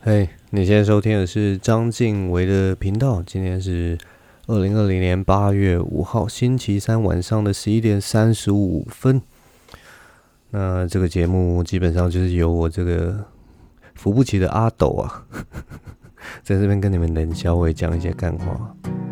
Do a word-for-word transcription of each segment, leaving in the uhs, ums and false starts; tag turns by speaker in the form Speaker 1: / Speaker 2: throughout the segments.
Speaker 1: 嘿， hey, 你现在收听的是张敬维的频道。今天是二零二零年八月五号星期三晚上的十一点三十五分。那这个节目基本上就是由我这个扶不起的阿斗啊，在这边跟你们冷笑话讲一些干话。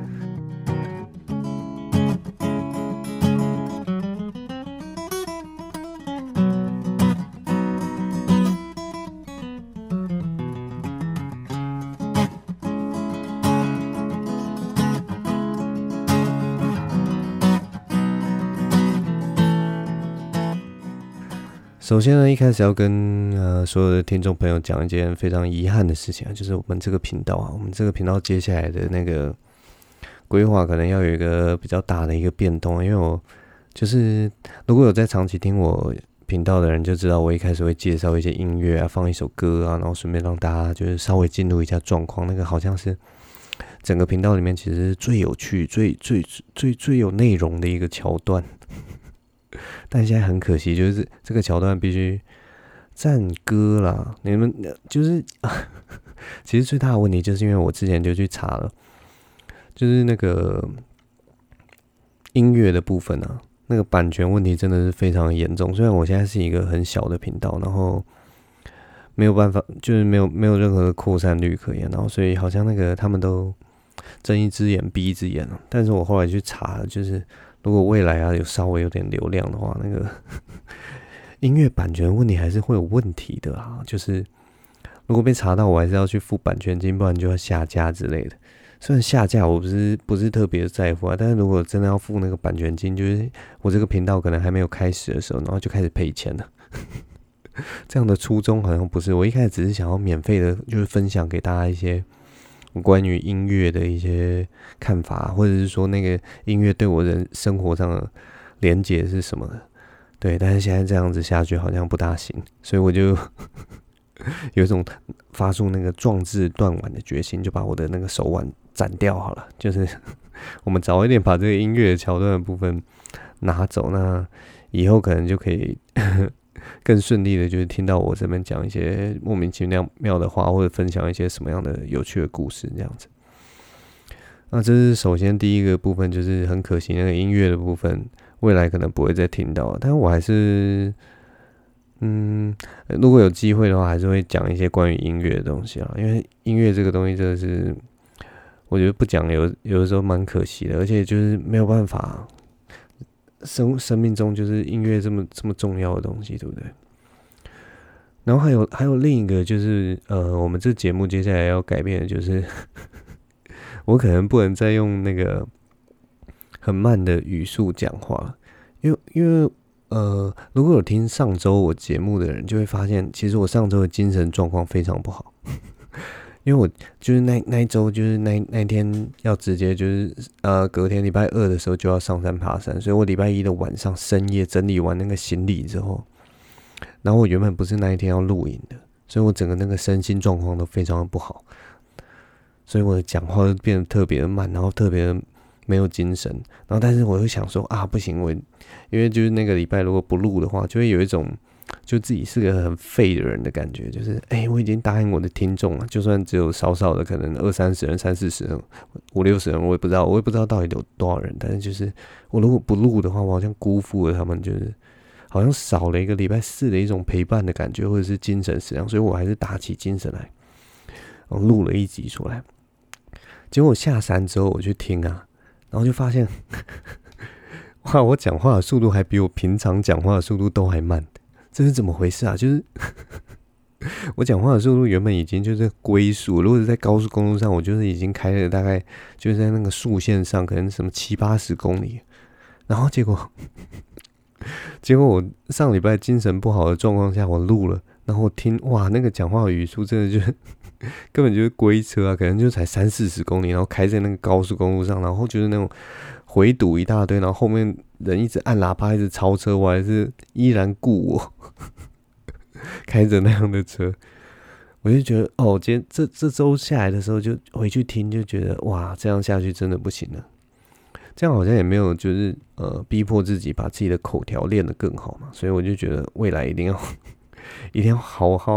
Speaker 1: 首先呢，一开始要跟呃所有的听众朋友讲一件非常遗憾的事情啊，就是我们这个频道啊，我们这个频道接下来的那个规划可能要有一个比较大的一个变动，因为我就是如果有在长期听我频道的人就知道，我一开始会介绍一些音乐啊，放一首歌啊，然后顺便让大家就是稍微进入一下状况，那个好像是整个频道里面其实最有趣、最最最最有内容的一个桥段。但现在很可惜，就是这个桥段必须暂搁啦。你们就是其实最大的问题就是因为我之前就去查了，就是那个音乐的部分啊，那个版权问题真的是非常严重。虽然我现在是一个很小的频道，然后没有办法，就是没有没有任何的扩散率可言，然后所以好像那个他们都睁一只眼闭一只眼了。但是我后来去查了，就是如果未来啊有稍微有点流量的话，那个音乐版权问题还是会有问题的啊。就是如果被查到，我还是要去付版权金，不然就要下架之类的。虽然下架我不是不是特别在乎啊，但是如果真的要付那个版权金，就是我这个频道可能还没有开始的时候，然后就开始赔钱了。这样的初衷好像不是，我一开始只是想要免费的，就是分享给大家一些关于音乐的一些看法，或者是说那个音乐对我人生活上的连结是什么的，对。但是现在这样子下去好像不大行，所以我就有一种发出那个壮志断腕的决心，就把我的那个手腕斩掉好了。就是我们早一点把这个音乐的桥段的部分拿走，那以后可能就可以更顺利的，就是听到我这边讲一些莫名其妙的话，或者分享一些什么样的有趣的故事这样子。那这是首先第一个部分，就是很可惜那个音乐的部分，未来可能不会再听到，但我还是，嗯，如果有机会的话，还是会讲一些关于音乐的东西啊，因为音乐这个东西真的是，我觉得不讲有有的时候蛮可惜的，而且就是没有办法。生生命中就是音乐这么这么重要的东西，对不对？然后还有还有另一个就是呃，我们这节目接下来要改变的就是，我可能不能再用那个很慢的语速讲话，因为因为呃，如果有听上周我节目的人就会发现，其实我上周的精神状况非常不好。因为我就是那那一周，就是那那天要直接就是呃隔天礼拜二的时候就要上山爬山，所以我礼拜一的晚上深夜整理完那个行李之后，然后我原本不是那一天要录影的，所以我整个那个身心状况都非常的不好，所以我的讲话就变得特别的慢，然后特别的没有精神，然后但是我又想说啊不行，我因为就是那个礼拜如果不录的话，就会有一种就自己是个很废的人的感觉，就是哎、欸，我已经答应我的听众了，就算只有少少的，可能二三十人、三四十人、五六十人，我也不知道，我也不知道到底有多少人。但是就是我如果不录的话，我好像辜负了他们，就是好像少了一个礼拜四的一种陪伴的感觉，或者是精神食粮，所以我还是打起精神来，然后录了一集出来。结果我下山之后，我去听啊，然后就发现，哇，我讲话的速度还比我平常讲话的速度都还慢。这是怎么回事啊？就是我讲话的速度原本已经就是龟速，如果是在高速公路上，我就是已经开了大概就是在那个速线上，可能什么七八十公里，然后结果结果我上礼拜精神不好的状况下，我录了，然后我听哇，那个讲话的语速真的就是根本就是龟车啊，可能就才三四十公里，然后开在那个高速公路上，然后就是那种回堵一大堆，然后后面人一直按喇叭，一直超车，我还是依然顾我开着那样的车，我就觉得哦，今天这这周下来的时候，就回去听，就觉得哇，这样下去真的不行了。这样好像也没有就是呃逼迫自己把自己的口条练得更好嘛，所以我就觉得未来一定要一定要好好好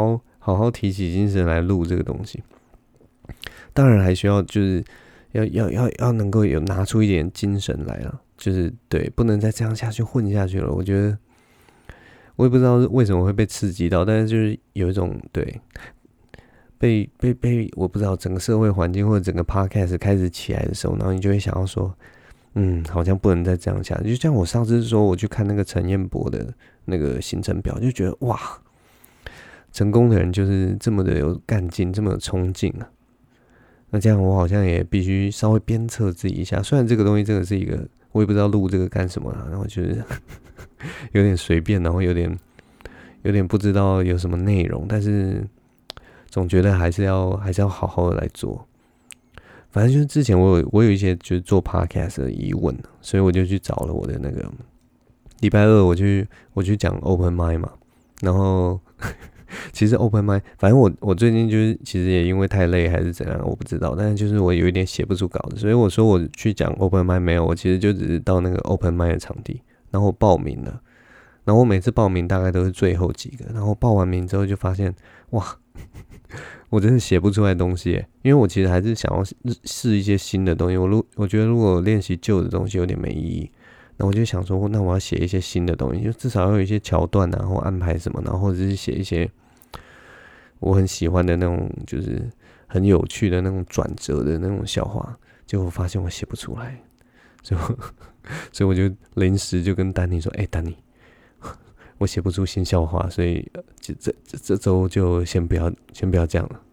Speaker 1: 好好提起精神来录这个东西。当然还需要就是要要要要能够有拿出一点精神来了，就是对，不能再这样下去混下去了。我觉得我也不知道为什么会被刺激到，但是就是有一种对被被被我不知道整个社会环境或者整个 podcast 开始起来的时候，然后你就会想要说，嗯，好像不能再这样下去。就像我上次说我去看那个陈彦博的那个行程表，就觉得哇，成功的人就是这么的有干劲，这么有冲劲啊。那这样我好像也必须稍微鞭策自己一下，虽然这个东西真的是一个我也不知道录这个干什么啦，然后就是有点随便，然后有点有点不知道有什么内容，但是总觉得还是要还是要好好的来做。反正就是之前我有我有一些就是做 podcast 的疑问，所以我就去找了我的那个礼拜二我去我去讲 open mic 嘛，然后其实 open mic 反正我我最近就是其实也因为太累还是怎样我不知道，但是就是我有一点写不出稿子，所以我说我去讲 open mic 没有，我其实就只是到那个 open mic 的场地，然后我报名了，然后我每次报名大概都是最后几个，然后报完名之后就发现哇，我真的写不出来东西耶，因为我其实还是想要试一些新的东西，我如我觉得如果练习旧的东西有点没意义。那我就想说，那我要写一些新的东西，就至少要有一些桥段啊，或安排什么，然后或者是写一些我很喜欢的那种，就是很有趣的那种转折的那种笑话。结果我发现我写不出来，所以我所以我就临时就跟丹尼说：“哎、欸，丹尼，我写不出新笑话，所以这这这这周就先不要先不要这样了。”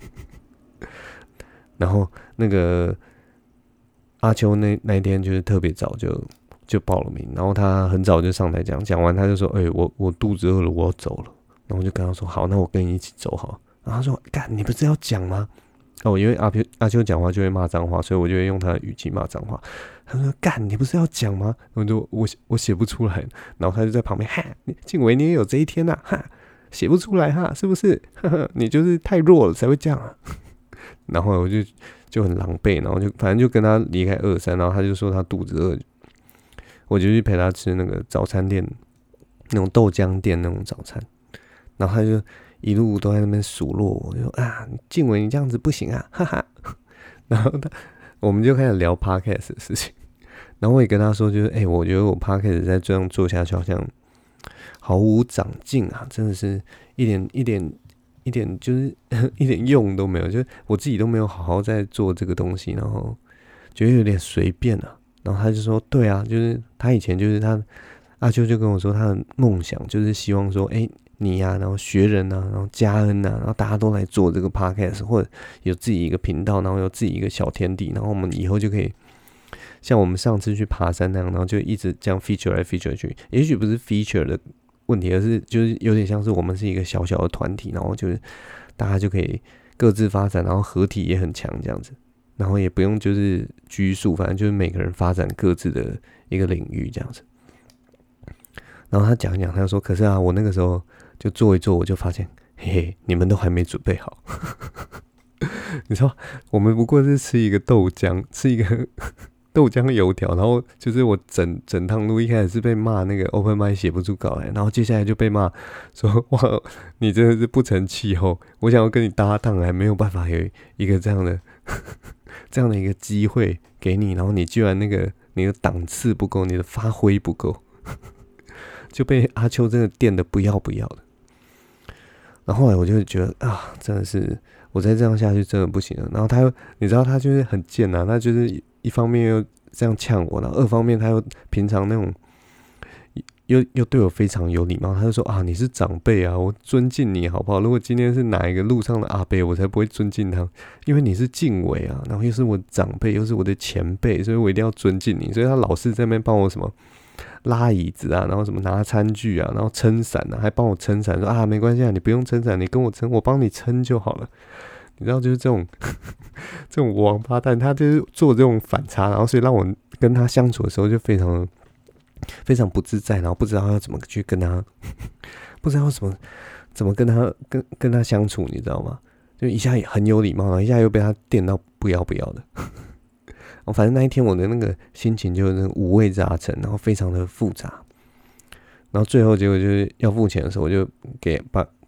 Speaker 1: 然后那个阿秋那那一天就是特别早就。就报了名，然后他很早就上台讲，讲完他就说：“哎、欸，我我肚子饿了，我要走了。”然后我就跟他说：“好，那我跟你一起走好。”然后他说：“干，你不是要讲吗？”哦，因为阿秋阿秋讲话就会骂脏话，所以我就会用他的语气骂脏话。他说：“干，你不是要讲吗？”我就我我写不出来，然后他就在旁边：“哈，静伟你也有这一天呐、啊，哈，写不出来哈，是不是？呵呵，你就是太弱了才会这样啊。”然后我就就很狼狈，然后就反正就跟他离开二三，然后他就说他肚子饿。我就去陪他吃那个早餐店，那种豆浆店那种早餐，然后他就一路都在那边数落我，就说啊，静伟你这样子不行啊，哈哈。然后他我们就开始聊 podcast 的事情，然后我也跟他说，就是哎、欸，我觉得我 podcast 再这样做下去好像毫无长进啊，真的是一点一点一点就是一点用都没有，就是我自己都没有好好在做这个东西，然后觉得有点随便啊。然后他就说：“对啊，就是他以前就是他阿秋就跟我说，他的梦想就是希望说，哎，你呀、啊，然后学人啊，然后嘉恩啊，然后大家都来做这个 podcast， 或者有自己一个频道，然后有自己一个小天地，然后我们以后就可以像我们上次去爬山那样，然后就一直这样 feature 来 feature 去。也许不是 feature 的问题，而是就是有点像是我们是一个小小的团体，然后就是大家就可以各自发展，然后合体也很强这样子。”然后也不用就是拘束，反正就是每个人发展各自的一个领域这样子。然后他讲一讲，他就说：“可是啊，我那个时候就做一做，我就发现，嘿嘿，你们都还没准备好。你说我们不过是吃一个豆浆，吃一个豆浆油条，然后就是我整整趟路一开始是被骂那个 open mic 写不出稿来，然后接下来就被骂说哇，你真的是不成气候，我想要跟你搭档，还没有办法有一个这样的。”这样的一个机会给你，然后你居然那个你的档次不够，你的发挥不够，就被阿秋真的电得不要不要的。然后后来我就觉得啊，真的是我再这样下去真的不行了。然后他又你知道他就是很贱啊，他就是一方面又这样呛我，然后二方面他又平常那种又又对我非常有礼貌，他就说啊，你是长辈啊，我尊敬你好不好？如果今天是哪一个路上的阿伯，我才不会尊敬他，因为你是静伟啊，然后又是我长辈，又是我的前辈，所以我一定要尊敬你。所以他老是在那边帮我什么拉椅子啊，然后什么拿餐具啊，然后撑伞啊，还帮我撑伞，说啊没关系啊，你不用撑伞，你跟我撑，我帮你撑就好了。你知道，就是这种这种王八蛋，他就是做这种反差，然后所以让我跟他相处的时候就非常。非常不自在，然后不知道要怎么去跟他，不知道怎么怎么跟他跟跟他相处，你知道吗？就一下也很有礼貌，然后一下又被他电到不要不要的。我反正那一天我的那个心情就是五味杂陈，然后非常的复杂。然后最后结果就是要付钱的时候，我就给把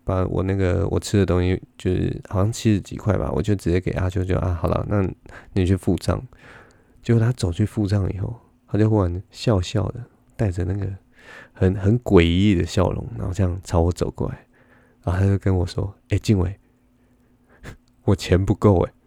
Speaker 1: 把我那个我吃的东西，就是好像七十几块吧，我就直接给阿秋就啊，好了，那你去付账。结果他走去付账以后，他就忽然笑笑的，带着那个很很诡异的笑容，然后这样朝我走过来，然后他就跟我说：“哎、欸，静伟，我钱不够哎。”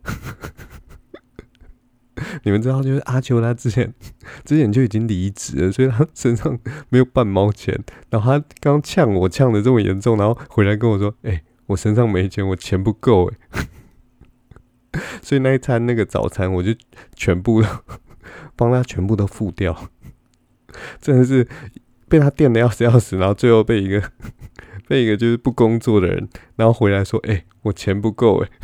Speaker 1: 你们知道，就是阿秋他之前之前就已经离职了，所以他身上没有半毛钱。然后他刚呛我呛的这么严重，然后回来跟我说：“哎、欸，我身上没钱，我钱不够哎。”所以那一餐那个早餐，我就全部都帮他全部都付掉，真的是被他电的要死要死，然后最后被一个被一个就是不工作的人，然后回来说：“哎、欸，我钱不够哎。”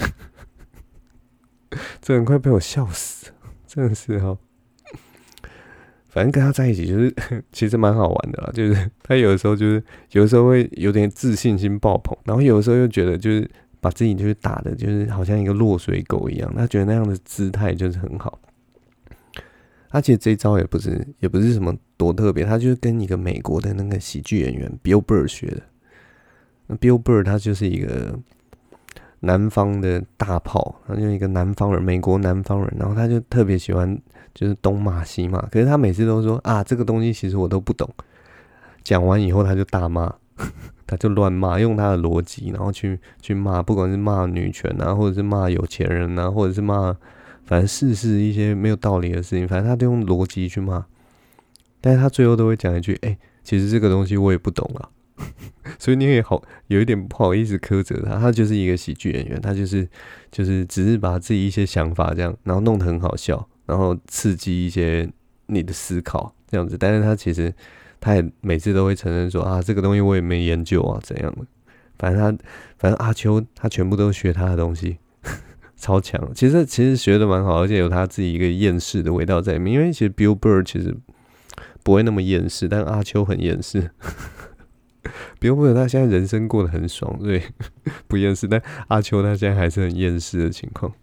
Speaker 1: 这很快被我笑死了，真的是哈。反正跟他在一起就是其实蛮好玩的啦，就是他有的时候就是有的时候会有点自信心爆棚，然后有的时候又觉得就是把自己就是打的就是好像一个落水狗一样，他觉得那样的姿态就是很好。他其实这一招也不是也不是什么多特别，他就是跟一个美国的那个喜剧演员 Bill Burr 学的。那 Bill Burr 他就是一个南方的大炮，他就是一个南方人，美国南方人，然后他就特别喜欢就是东骂西骂，可是他每次都说啊，这个东西其实我都不懂。讲完以后他就大骂，他就乱骂，用他的逻辑，然后去去骂，不管是骂女权啊，或者是骂有钱人啊，或者是骂反正事事一些没有道理的事情，反正他都用逻辑去骂。但是他最后都会讲一句：“哎、欸，其实这个东西我也不懂啊。”所以你也好有一点不好意思苛责他，他就是一个喜剧演员，他就是就是只是把自己一些想法这样，然后弄得很好笑，然后刺激一些你的思考这样子。但是他其实他也每次都会承认说啊，这个东西我也没研究啊，怎样的。反正他反正阿秋他全部都学他的东西，超强。其实其实学的蛮好，而且有他自己一个厌世的味道在里面。因为其实 Bill Burr 其实不会那么厌世，但阿秋很厌世。Bill Burr 他现在人生过得很爽，所以不厌世。但阿秋他现在还是很厌世的情况。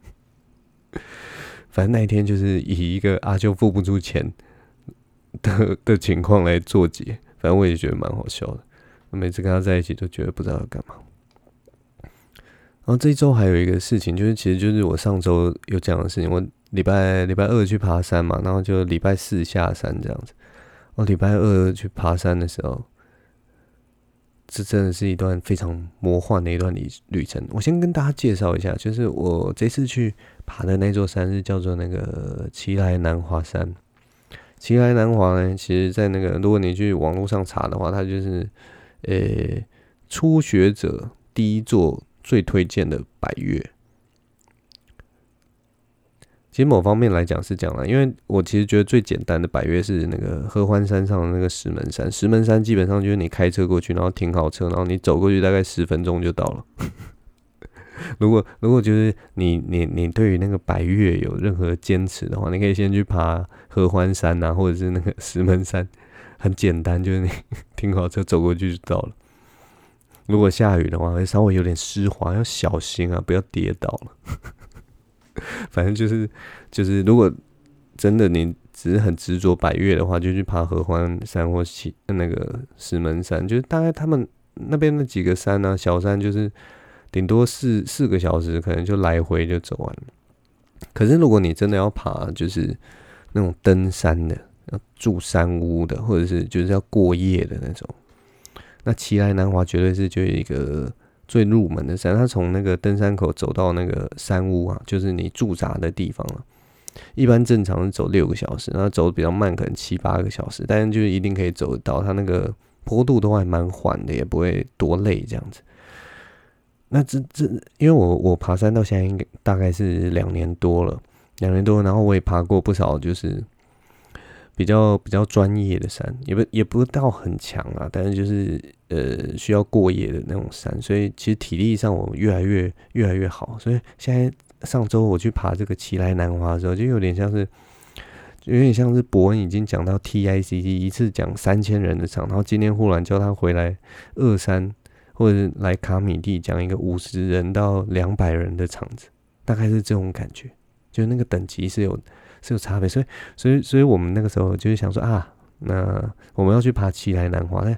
Speaker 1: 反正那一天就是以一个阿秋付不出钱的的情况来做结，反正我也觉得蛮好笑的。每次跟他在一起都觉得不知道要干嘛。然后这一周还有一个事情，就是其实就是我上周有讲的事情。我礼拜礼拜二去爬山嘛，然后就礼拜四下山这样子。我礼拜二去爬山的时候，这真的是一段非常魔幻的一段旅旅程。我先跟大家介绍一下，就是我这次去爬的那座山是叫做那个奇来南华山。奇来南华呢，其实在那个如果你去网络上查的话，它就是呃、欸、初学者第一座最推荐的百岳。其实某方面来讲是这样啦，因为我其实觉得最简单的百岳是那个合欢山上的那个石门山。石门山基本上就是你开车过去，然后停好车，然后你走过去大概十分钟就到了。如果如果就是你你你对于那个百岳有任何坚持的话，你可以先去爬合欢山啊，或者是那个石门山，很简单，就是你停好车走过去就到了。如果下雨的话，会稍微有点湿滑，要小心啊，不要跌倒了。反正就是就是，如果真的你只是很执着百岳的话，就去爬合欢山或起那个石门山，就是大概他们那边那几个山啊，小山就是顶多四四个小时，可能就来回就走完了。可是如果你真的要爬，就是那种登山的，要住山屋的，或者是就是要过夜的那种，那奇来南华绝对是就一个最入门的山。它从那个登山口走到那个山屋啊，就是你驻扎的地方啊，一般正常是走六个小时，然后走比较慢，可能七八个小时，但是就是一定可以走得到。它那个坡度都还蛮缓的，也不会多累这样子。那这这，因为我我爬山到现在应该大概是两年多了，两年多，然后我也爬过不少，就是比较比较专业的山，也不也不到很强啊，但是就是呃需要过夜的那种山，所以其实体力上我越来越越来越好。所以现在上周我去爬这个奇来南华的时候，就有点像是有点像是伯恩已经讲到 T I C C 一次讲三千人的场，然后今天忽然叫他回来二三或者来卡米地讲一个五十人到两百人的场子，大概是这种感觉，就是那个等级是有是有差别。所以所以所以我们那个时候就是想说啊，那我们要去爬奇来南华，那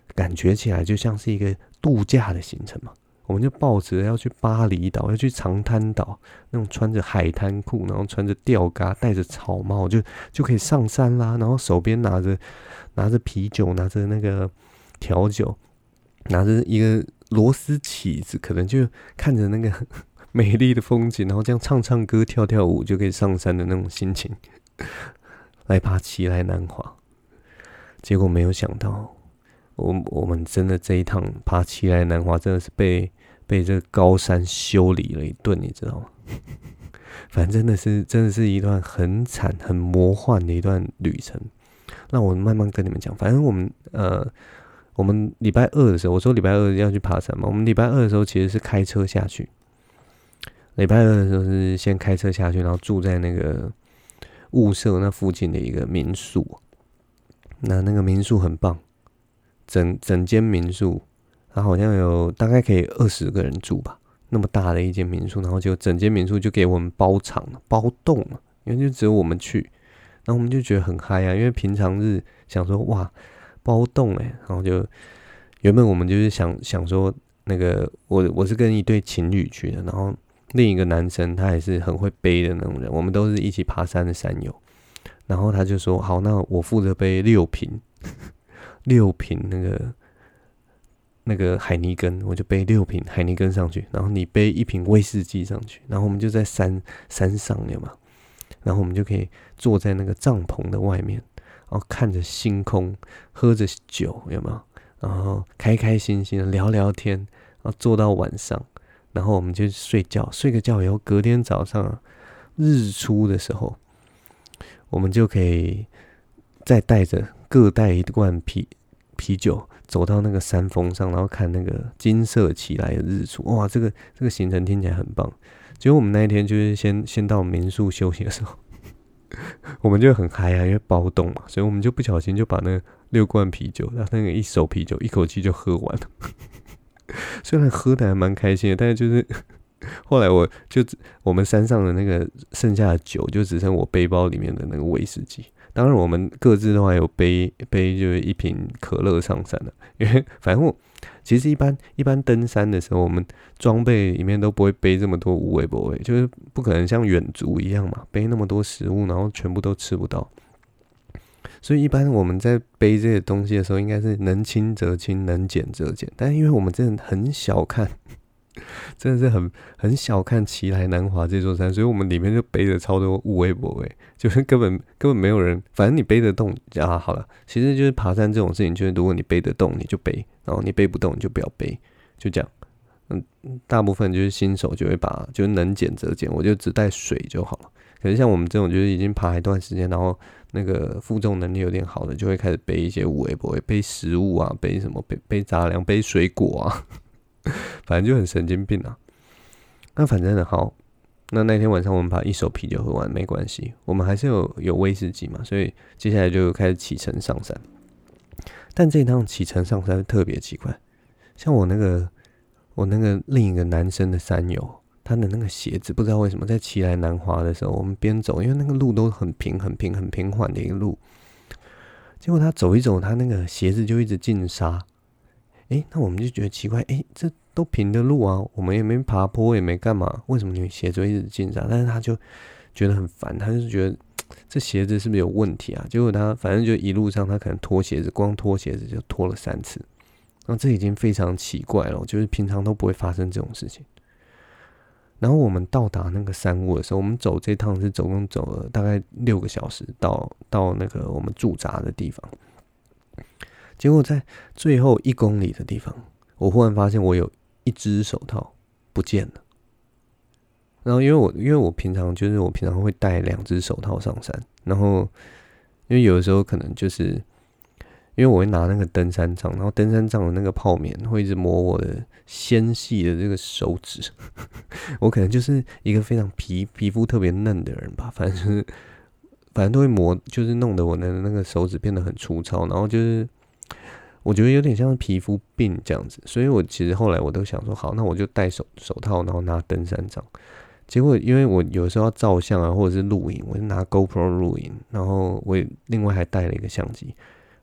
Speaker 1: 感觉起来就像是一个度假的行程嘛。我们就抱着要去巴厘岛，要去长滩岛，那种穿着海滩裤，然后穿着吊嘎，戴着草帽，就就可以上山啦。然后手边拿着拿着啤酒，拿着那个调酒，拿着一个螺丝起子，可能就看着那个美丽的风景，然后这样唱唱歌、跳跳舞，就可以上山的那种心情，来爬奇莱南华。结果没有想到。我我们真的这一趟爬奇莱南华真的是被被这个高山修理了一顿，你知道吗？反正真的是真的是一段很惨、很魔幻的一段旅程。那我慢慢跟你们讲。反正我们呃，我们礼拜二的时候，我说礼拜二要去爬山嘛。我们礼拜二的时候其实是开车下去。礼拜二的时候是先开车下去，然后住在那个雾社那附近的一个民宿。那那个民宿很棒。整整间民宿，它好像有大概可以二十个人住吧，那么大的一间民宿，然后就整间民宿就给我们包场了、包栋了，因为就只有我们去，然后我们就觉得很嗨啊，因为平常日想说哇包栋哎，然后就原本我们就是想想说那个我我是跟一对情侣去的，然后另一个男生他也是很会背的那种人，我们都是一起爬山的山友，然后他就说好，那我负责背六瓶。六瓶那个那个海尼根，我就背六瓶海尼根上去，然后你背一瓶威士忌上去，然后我们就在山山上，有没有？然后我们就可以坐在那个帐篷的外面，然后看着星空，喝着酒，有没有？然后开开心心的聊聊天，然后坐到晚上，然后我们就睡觉，睡个觉以后，隔天早上、啊、日出的时候，我们就可以再带着。各带一罐啤啤酒，走到那个山峰上，然后看那个金色起来的日出。哇，这个这个行程听起来很棒。结果我们那一天就是先先到民宿休息的时候，我们就很嗨啊，因为包栋嘛，所以我们就不小心就把那六罐啤酒，然后那个一手啤酒一口气就喝完了。虽然喝的还蛮开心的，但是就是后来我就我们山上的那个剩下的酒，就只剩我背包里面的那个威士忌。当然，我们各自都还有背背就是一瓶可乐上山的，因为反正我其实一般一般登山的时候，我们装备里面都不会背这么多无为不为，就是不可能像远足一样嘛，背那么多食物，然后全部都吃不到。所以一般我们在背这些东西的时候，应该是能轻则轻，能减则减。但是因为我们真的很小看。真的是很很小看奇莱南华这座山，所以我们里面就背着超多无为不为，就是根本根本没有人，反正你背得动啊，好了，其实就是爬山这种事情，就是如果你背得动你就背，然后你背不动你就不要背，就这样。嗯，大部分就是新手就会把就是能减则减，我就只带水就好了。可是像我们这种就是已经爬一段时间，然后那个负重能力有点好的，就会开始背一些无为不为，背食物啊，背什么背背杂粮，背水果啊。反正就很神经病啊。那反正好，那那天晚上我们把一手啤酒喝完没关系，我们还是有有威士忌嘛，所以接下来就开始启程上山。但这一趟启程上山特别奇怪，像我那个我那个另一个男生的山友，他的那个鞋子不知道为什么在奇莱南华的时候，我们边走，因为那个路都很平很平很平缓的一个路，结果他走一走，他那个鞋子就一直进沙。哎、欸，那我们就觉得奇怪，哎、欸，这都平的路啊，我们也没爬坡，也没干嘛，为什么你鞋子会一直进沙？但是他就觉得很烦，他就是觉得这鞋子是不是有问题啊？结果他反正就一路上他可能脱鞋子，光脱鞋子就脱了三次，然后这已经非常奇怪了，就是平常都不会发生这种事情。然后我们到达那个山屋的时候，我们走这趟是总共走了大概六个小时到到那个我们驻扎的地方。结果在最后一公里的地方，我忽然发现我有一只手套不见了。然后因为我因为我平常就是我平常会带两只手套上山，然后因为有的时候可能就是因为我会拿那个登山杖，然后登山杖的那个泡棉会一直磨我的纤细的这个手指，我可能就是一个非常皮皮肤特别嫩的人吧，反正就是反正都会磨，就是弄得我的那个手指变得很粗糙，然后就是我觉得有点像是皮肤病这样子，所以我其实后来我都想说，好，那我就戴手手套，然后拿登山杖。结果因为我有时候要照相啊，或者是录影，我就拿 GoPro 录影，然后我也另外还带了一个相机。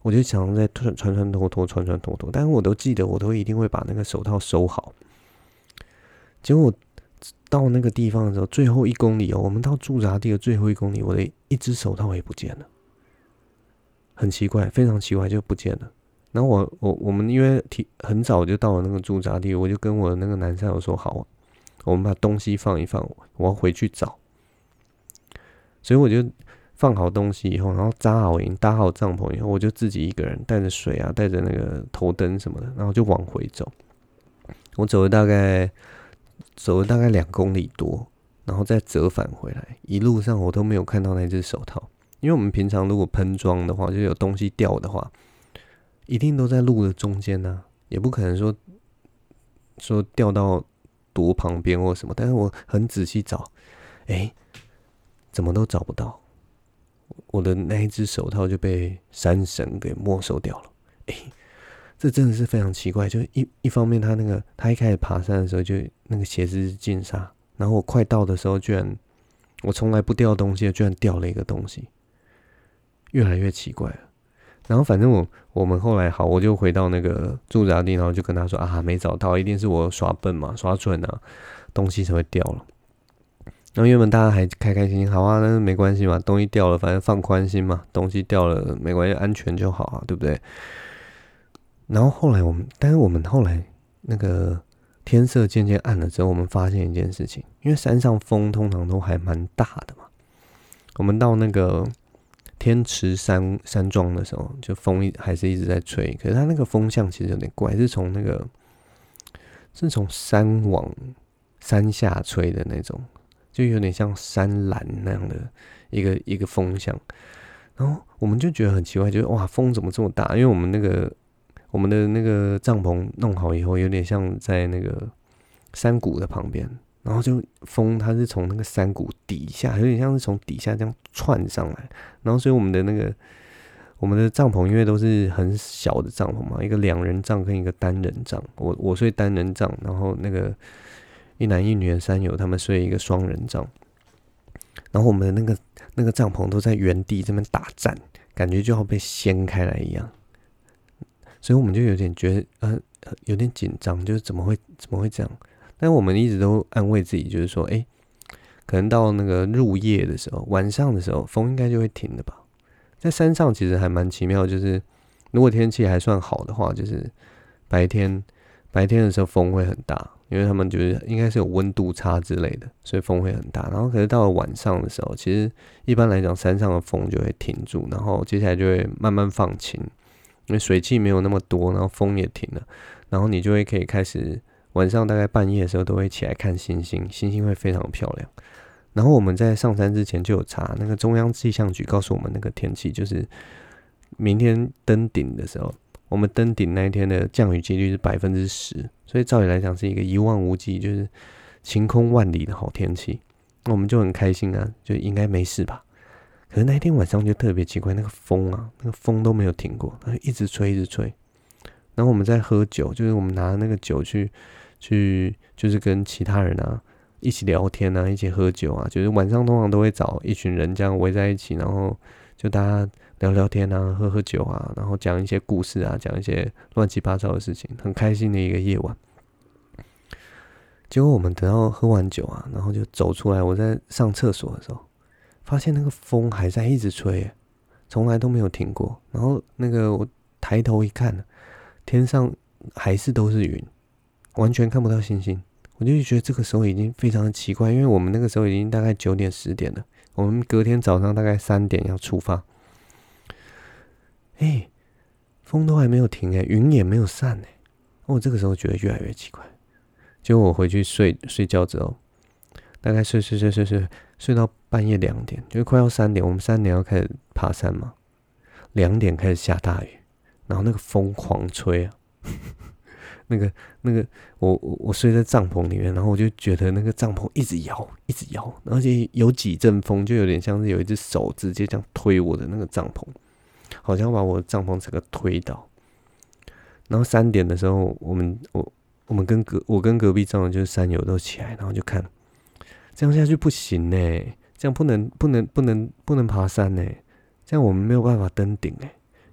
Speaker 1: 我就常在穿穿穿脱脱穿穿脱脱，但是我都记得，我都一定会把那个手套收好。结果到那个地方的时候，最后一公里哦，我们到驻扎地的最后一公里，我的一只手套也不见了，很奇怪，非常奇怪，就不见了。然后我我我们因为提很早就到了那个驻扎地，我就跟我的那个男生友说好，我们把东西放一放，我要回去找。所以我就放好东西以后，然后扎好营、搭好帐篷以后，我就自己一个人带着水啊，带着那个头灯什么的，然后就往回走。我走了大概走了大概两公里多，然后再折返回来。一路上我都没有看到那只手套，因为我们平常如果喷装的话，就有东西掉的话，一定都在路的中间啊，也不可能说说掉到多旁边或什么。但是我很仔细找，哎、欸，怎么都找不到。我的那一只手套就被山神给没收掉了。哎、欸，这真的是非常奇怪。就一一方面，他那个他一开始爬山的时候，就那个鞋子是金沙，然后我快到的时候，居然我从来不掉东西，居然掉了一个东西，越来越奇怪了。然后反正我我们后来好，我就回到那个驻扎地，然后就跟他说啊，没找到，一定是我耍笨嘛，耍蠢啊，东西才会掉了。然后原本大家还开开心心，好啊，那没关系嘛，东西掉了，反正放宽心嘛，东西掉了没关系，安全就好啊，对不对？然后后来我们，但是我们后来那个天色渐渐暗了之后，我们发现一件事情，因为山上风通常都还蛮大的嘛，我们到那个天池山山庄的时候，就风还是一直在吹，可是它那个风向其实有点怪，是从那个是从山往山下吹的那种。就有点像山岚那样的一个一个风向，然后我们就觉得很奇怪，就是哇，风怎么这么大？因为我们那个我们的那个帐篷弄好以后，有点像在那个山谷的旁边，然后就风它是从那个山谷底下，有点像是从底下这样窜上来，然后所以我们的那个我们的帐篷因为都是很小的帐篷嘛，一个两人帐跟一个单人帐，我我睡单人帐，然后那个。一男一女的山友，他们睡一个双人帐，然后我们的那个那个帐篷都在原地这边打战，感觉就要被掀开来一样，所以我们就有点觉得呃有点紧张，就是怎么会怎么会这样？但是我们一直都安慰自己，就是说，哎、欸，可能到那个入夜的时候，晚上的时候，风应该就会停了吧？在山上其实还蛮奇妙，就是如果天气还算好的话，就是白天白天的时候风会很大。因为他们就是应该是有温度差之类的，所以风会很大。然后可是到了晚上的时候，其实一般来讲山上的风就会停住，然后接下来就会慢慢放晴，因为水汽没有那么多，然后风也停了，然后你就会可以开始晚上大概半夜的时候都会起来看星星，星星会非常漂亮。然后我们在上山之前就有查那个中央气象局告诉我们那个天气，就是明天登顶的时候。我们登顶那一天的降雨几率是百分之十，所以照理来讲是一个一望无际，就是晴空万里的好天气。那我们就很开心啊，就应该没事吧。可是那一天晚上就特别奇怪，那个风啊，那个风都没有停过，它就一直吹，一直吹。然后我们在喝酒，就是我们拿那个酒去去，就是跟其他人啊一起聊天啊，一起喝酒啊，就是晚上通常都会找一群人这样围在一起，然后就大家。聊聊天啊，喝喝酒啊，然后讲一些故事啊，讲一些乱七八糟的事情，很开心的一个夜晚。结果我们等到喝完酒啊，然后就走出来，我在上厕所的时候，发现那个风还在一直吹，从来都没有停过。然后那个我抬头一看，天上还是都是云，完全看不到星星。我就觉得这个时候已经非常的奇怪，因为我们那个时候已经大概九点十点了，我们隔天早上大概三点要出发。哎、欸，风都还没有停哎、欸，云也没有散哎、欸，我这个时候觉得越来越奇怪。结果我回去睡睡觉之后，大概睡睡睡睡睡睡到半夜两点，就快要三点，我们三点要开始爬山嘛，两点开始下大雨，然后那个风狂吹啊，那个那个我我我睡在帐篷里面，然后我就觉得那个帐篷一直摇一直摇，而且有几阵风，就有点像是有一只手直接这样推我的那个帐篷。好像把我的帐篷整个推倒，然后三点的时候，我们我我们跟隔我跟隔壁帐的就是山友都起来，然后就看，这样下去不行呢、欸，这样不能不能不能不能爬山呢、欸，这样我们没有办法登顶哎、欸，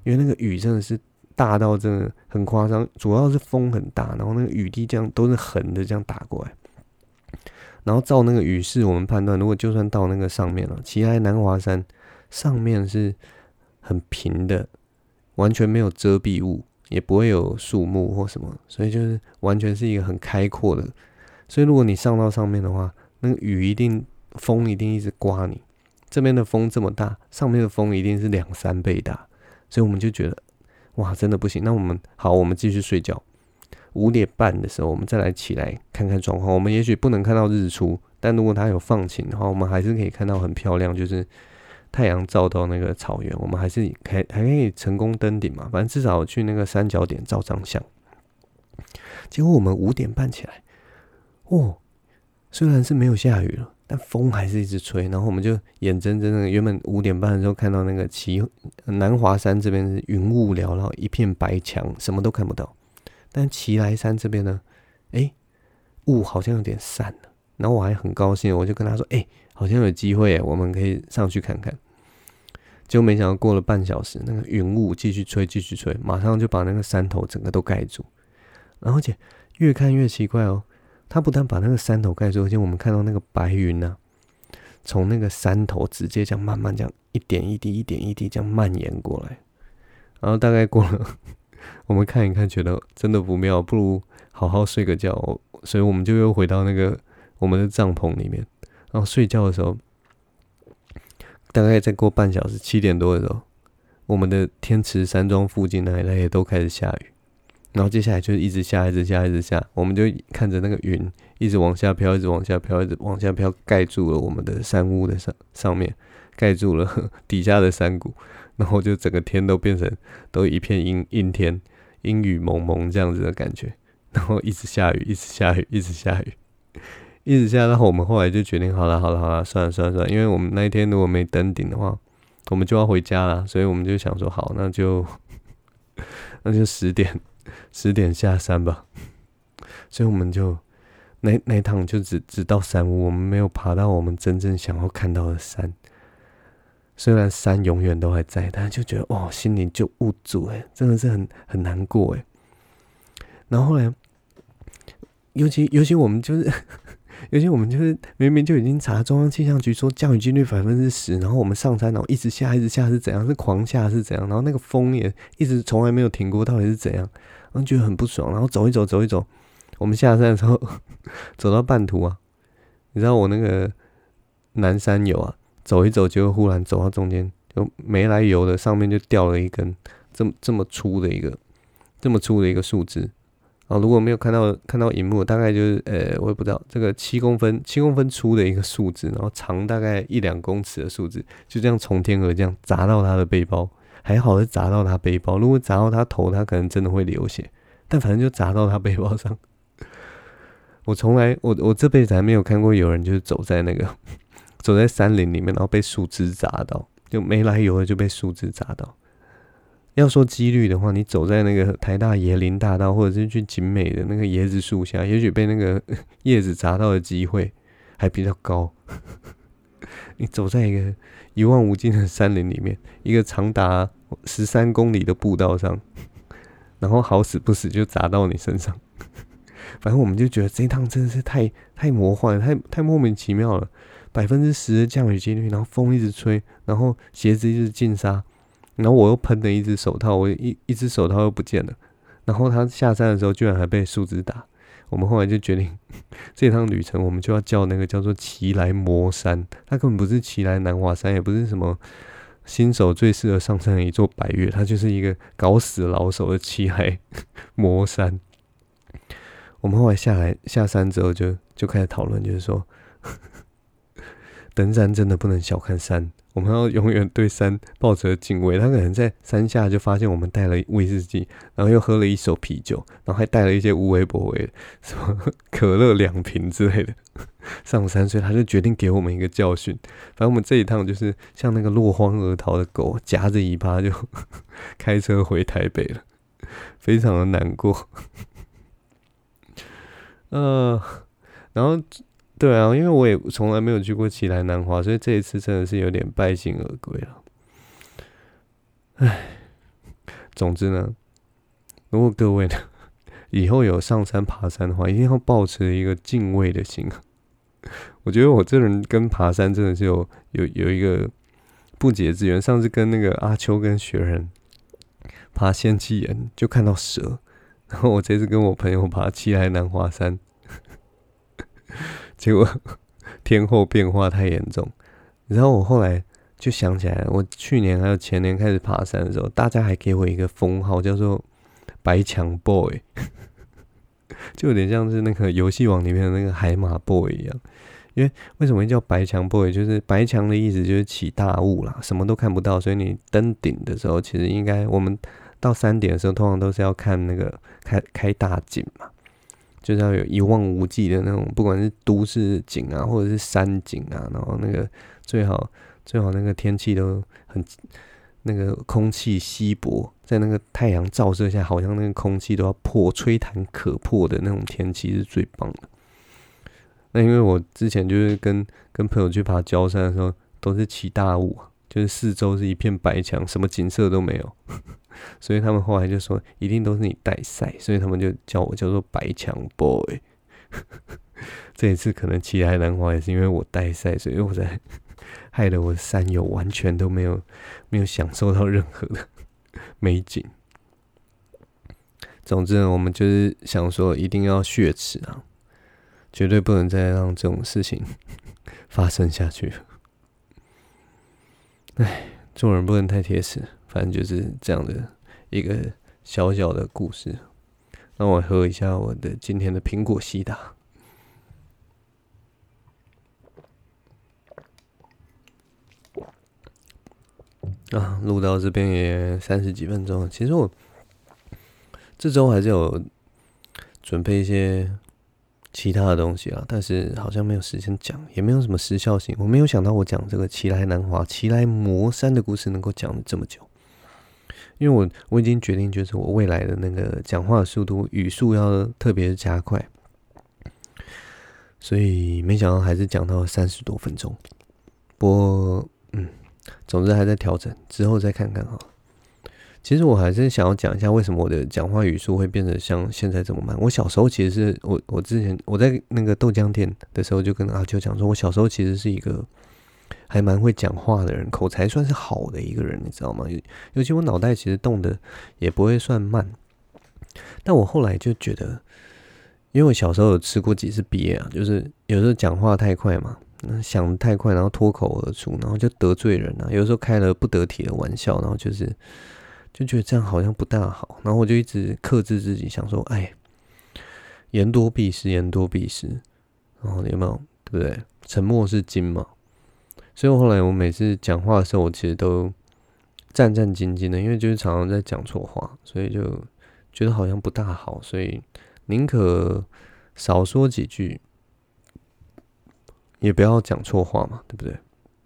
Speaker 1: 因为那个雨真的是大到真的很夸张，主要是风很大，然后那个雨滴这样都是横的这样打过来。然后照那个雨势，我们判断，如果就算到那个上面了，奇来南华山上面是很平的，完全没有遮蔽物，也不会有树木或什么，所以就是完全是一个很开阔的。所以如果你上到上面的话，那个雨一定风一定一直刮你。这边的风这么大，上面的风一定是两三倍大，所以我们就觉得哇，真的不行。那我们好，我们继续睡觉。五点半的时候，我们再来起来看看状况。我们也许不能看到日出，但如果它有放晴的话，我们还是可以看到很漂亮，就是太阳照到那个草原，我们还是还还可以成功登顶嘛。反正至少去那个三角点照张相。结果我们五点半起来，哦，虽然是没有下雨了，但风还是一直吹。然后我们就眼睁睁的，原本五点半的时候看到那个奇南华山这边是云雾缭绕，一片白墙，什么都看不到。但奇来山这边呢，哎、欸，雾好像有点散了。然后我还很高兴，我就跟他说：“哎、欸，好像有机会，我们可以上去看看。”结果没想到过了半小时，那个云雾继续吹，继续吹，马上就把那个山头整个都盖住。然后而且越看越奇怪哦，它不但把那个山头盖住，而且我们看到那个白云啊，从那个山头直接这样慢慢这样一点一滴、一点一滴这样蔓延过来。然后大概过了。我们看一看，觉得真的不妙，不如好好睡个觉、哦。所以我们就又回到那个我们的帐篷里面。然后睡觉的时候，大概再过半小时，七点多的时候，我们的天池山庄附近那一带也都开始下雨。然后接下来就是一直下，一直下，一直下。我们就看着那个云一直往下飘，一直往下飘，一直往下飘，盖住了我们的山屋的上上面，盖住了底下的山谷。然后就整个天都变成都一片阴阴天，阴雨蒙蒙这样子的感觉，然后一直下雨，一直下雨，一直下雨，一直下。然后我们后来就决定，好了，好了，好了，算了，算了，算了，因为我们那一天如果没登顶的话，我们就要回家了，所以我们就想说，好，那就那就十点十点下山吧。所以我们就那那一趟就只只到山屋，我们没有爬到我们真正想要看到的山。虽然山永远都还在，但就觉得哦，心里就无助哎，真的是很很难过哎。然后后来，尤其尤其我们就是，尤其我们就是明明就已经查中央气象局说降雨几率百分之十，然后我们上山然后一直下一直下是怎样？是狂下是怎样？然后那个风也一直从来没有停过，到底是怎样？然后觉得很不爽，然后走一走走一走，我们下山的时候走到半途啊，你知道我那个南山友啊。走一走，结果忽然走到中间，就没来由的上面就掉了一根这么这么粗的一个这么粗的一个树枝啊！如果没有看到看到萤幕，大概就是呃，我也不知道这个七公分七公分粗的一个树枝，然后长大概一两公尺的树枝，就这样从天而降砸到他的背包，还好是砸到他背包，如果砸到他头，他可能真的会流血，但反正就砸到他背包上。我从来我我这辈子还没有看过有人就是走在那个。走在山林里面，然后被树枝砸到，就没来由的就被树枝砸到。要说几率的话，你走在那个台大椰林大道，或者是去景美的那个椰子树下，也许被那个叶子砸到的机会还比较高。你走在一个一望无尽的山林里面，一个长达十三公里的步道上，然后好死不死就砸到你身上。反正我们就觉得这一趟真的是太太魔幻了，太太莫名其妙了。百分之十的降雨几率，然后风一直吹，然后鞋子一直进沙，然后我又喷了一只手套，我一一只手套又不见了，然后他下山的时候居然还被树枝打。我们后来就决定，这趟旅程我们就要叫那个叫做奇来魔山，它根本不是奇来南华山，也不是什么新手最适合上山的一座百岳，它就是一个搞死老手的奇来魔山。我们后来下来下山之后就就开始讨论，就是说。登山真的不能小看山，我们要永远对山抱着敬畏。他可能在山下就发现我们带了威士忌，然后又喝了一手啤酒，然后还带了一些无微不微的什么可乐两瓶之类的上山，所以他就决定给我们一个教训。反正我们这一趟就是像那个落荒而逃的狗，夹着尾巴就开车回台北了，非常的难过。呃，然后。对啊，因为我也从来没有去过奇来南华，所以这一次真的是有点败兴而归了。唉， 总之呢，如果各位呢以后有上山爬山的话，一定要抱持一个敬畏的心。我觉得我这人跟爬山真的是有有有一个不解之缘。上次跟那个阿秋跟雪人爬仙气岩，就看到蛇，然后我这次跟我朋友爬七来南华山，结果天候变化太严重。然后我后来就想起来了，我去年还有前年开始爬山的时候，大家还给我一个封号，叫做白墙 boy， 就有点像是那个游戏王里面的那个海马 boy 一样。因为为什么会叫白墙 boy， 就是白墙的意思就是起大雾啦，什么都看不到，所以你登顶的时候，其实应该我们到山顶的时候，通常都是要看那个开开大景嘛，就是要有一望无际的那种，不管是都市景啊，或者是山景啊，然后那个最好最好那个天气都很那个空气稀薄，在那个太阳照射下，好像那个空气都要破吹弹可破的那种天气是最棒的。那因为我之前就是跟跟朋友去爬礁山的时候，都是起大雾，就是四周是一片白墙，什么景色都没有，所以他们后来就说一定都是你带赛，所以他们就叫我叫做白墙 boy。这一次可能奇来南华也是因为我带赛，所以我才害得我的山友完全都没有没有享受到任何的美景。总之呢，我们就是想说一定要雪耻啊，绝对不能再让这种事情发生下去。唉，做人不能太铁齿，反正就是这样的一个小小的故事。让我喝一下我的今天的苹果西打。啊，录到这边也三十几分钟了。其实我这周还是有准备一些其他的东西啊，但是好像没有时间讲，也没有什么时效性。我没有想到我讲这个奇来南华、奇来魔山的故事能够讲的这么久，因为我我已经决定，就是我未来的那个讲话的速度、语速要特别加快，所以没想到还是讲到三十多分钟。不过，嗯，总之还在调整，之后再看看哈。其实我还是想要讲一下，为什么我的讲话语速会变得像现在这么慢。我小时候其实是我我之前我在那个豆浆店的时候，就跟阿秋讲说，我小时候其实是一个还蛮会讲话的人，口才算是好的一个人，你知道吗？尤其我脑袋其实动的也不会算慢。但我后来就觉得，因为我小时候有吃过几次鳖啊，就是有时候讲话太快嘛，想太快，然后脱口而出，然后就得罪人啊。有时候开了不得体的玩笑，然后就是就觉得这样好像不大好，然后我就一直克制自己，想说，哎，言多必失，言多必失，然后有没有，对不对？沉默是金嘛。所以后来我每次讲话的时候，我其实都战战兢兢的，因为就是常常在讲错话，所以就觉得好像不大好，所以宁可少说几句，也不要讲错话嘛，对不对？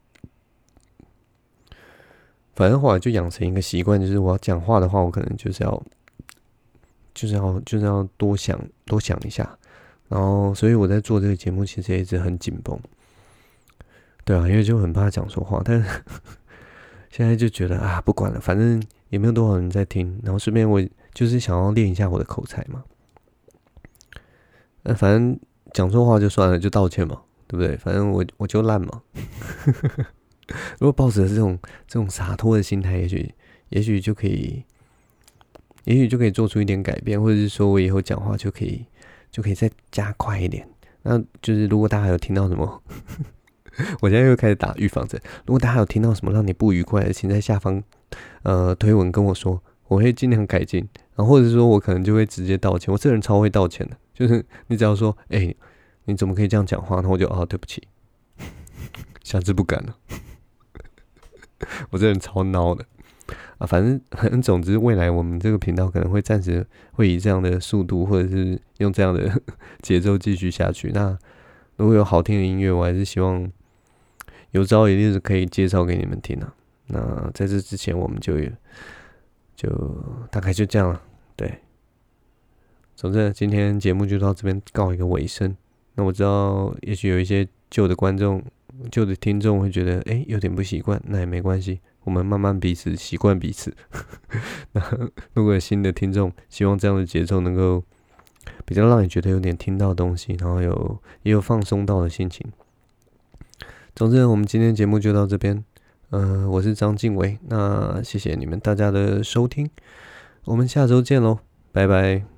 Speaker 1: 反正后来就养成一个习惯，就是我要讲话的话，我可能就是要，就是要，就是要多想，多想一下。然后，所以我在做这个节目，其实也一直很紧绷。对啊，因为就很怕讲错话，但是现在就觉得啊，不管了，反正也没有多少人在听。然后顺便我就是想要练一下我的口才嘛。那反正讲错话就算了，就道歉嘛，对不对？反正我我就烂嘛。如果抱着这种这种洒脱的心态，也许也许就可以，也许就可以做出一点改变，或者是说我以后讲话就可以就可以再加快一点。那就是如果大家有听到什么，我现在又开始打预防针。如果大家有听到什么让你不愉快的，请在下方呃推文跟我说，我会尽量改进。然后或者说我可能就会直接道歉。我这个人超会道歉的，就是你只要说，哎、欸，你怎么可以这样讲话？然后我就啊，对不起，下次不敢了。我这人超孬的啊，反正反正总之，未来我们这个频道可能会暂时会以这样的速度，或者是用这样的节奏继续下去。那如果有好听的音乐，我还是希望有朝一日可以介绍给你们听啊。那在这之前，我们就就大概就这样了。对，总之今天节目就到这边告一个尾声。那我知道，也许有一些旧的观众。旧的听众会觉得，哎、欸，有点不习惯，那也没关系， 我们慢慢彼此习惯彼此。那如果有新的听众，希望这样的节奏能够比较让你觉得有点听到东西，然后有也有放松到的心情。总之，我们今天的节目就到这边。呃，我是张敬伟，那谢谢你们大家的收听，我们下周见喽，拜拜。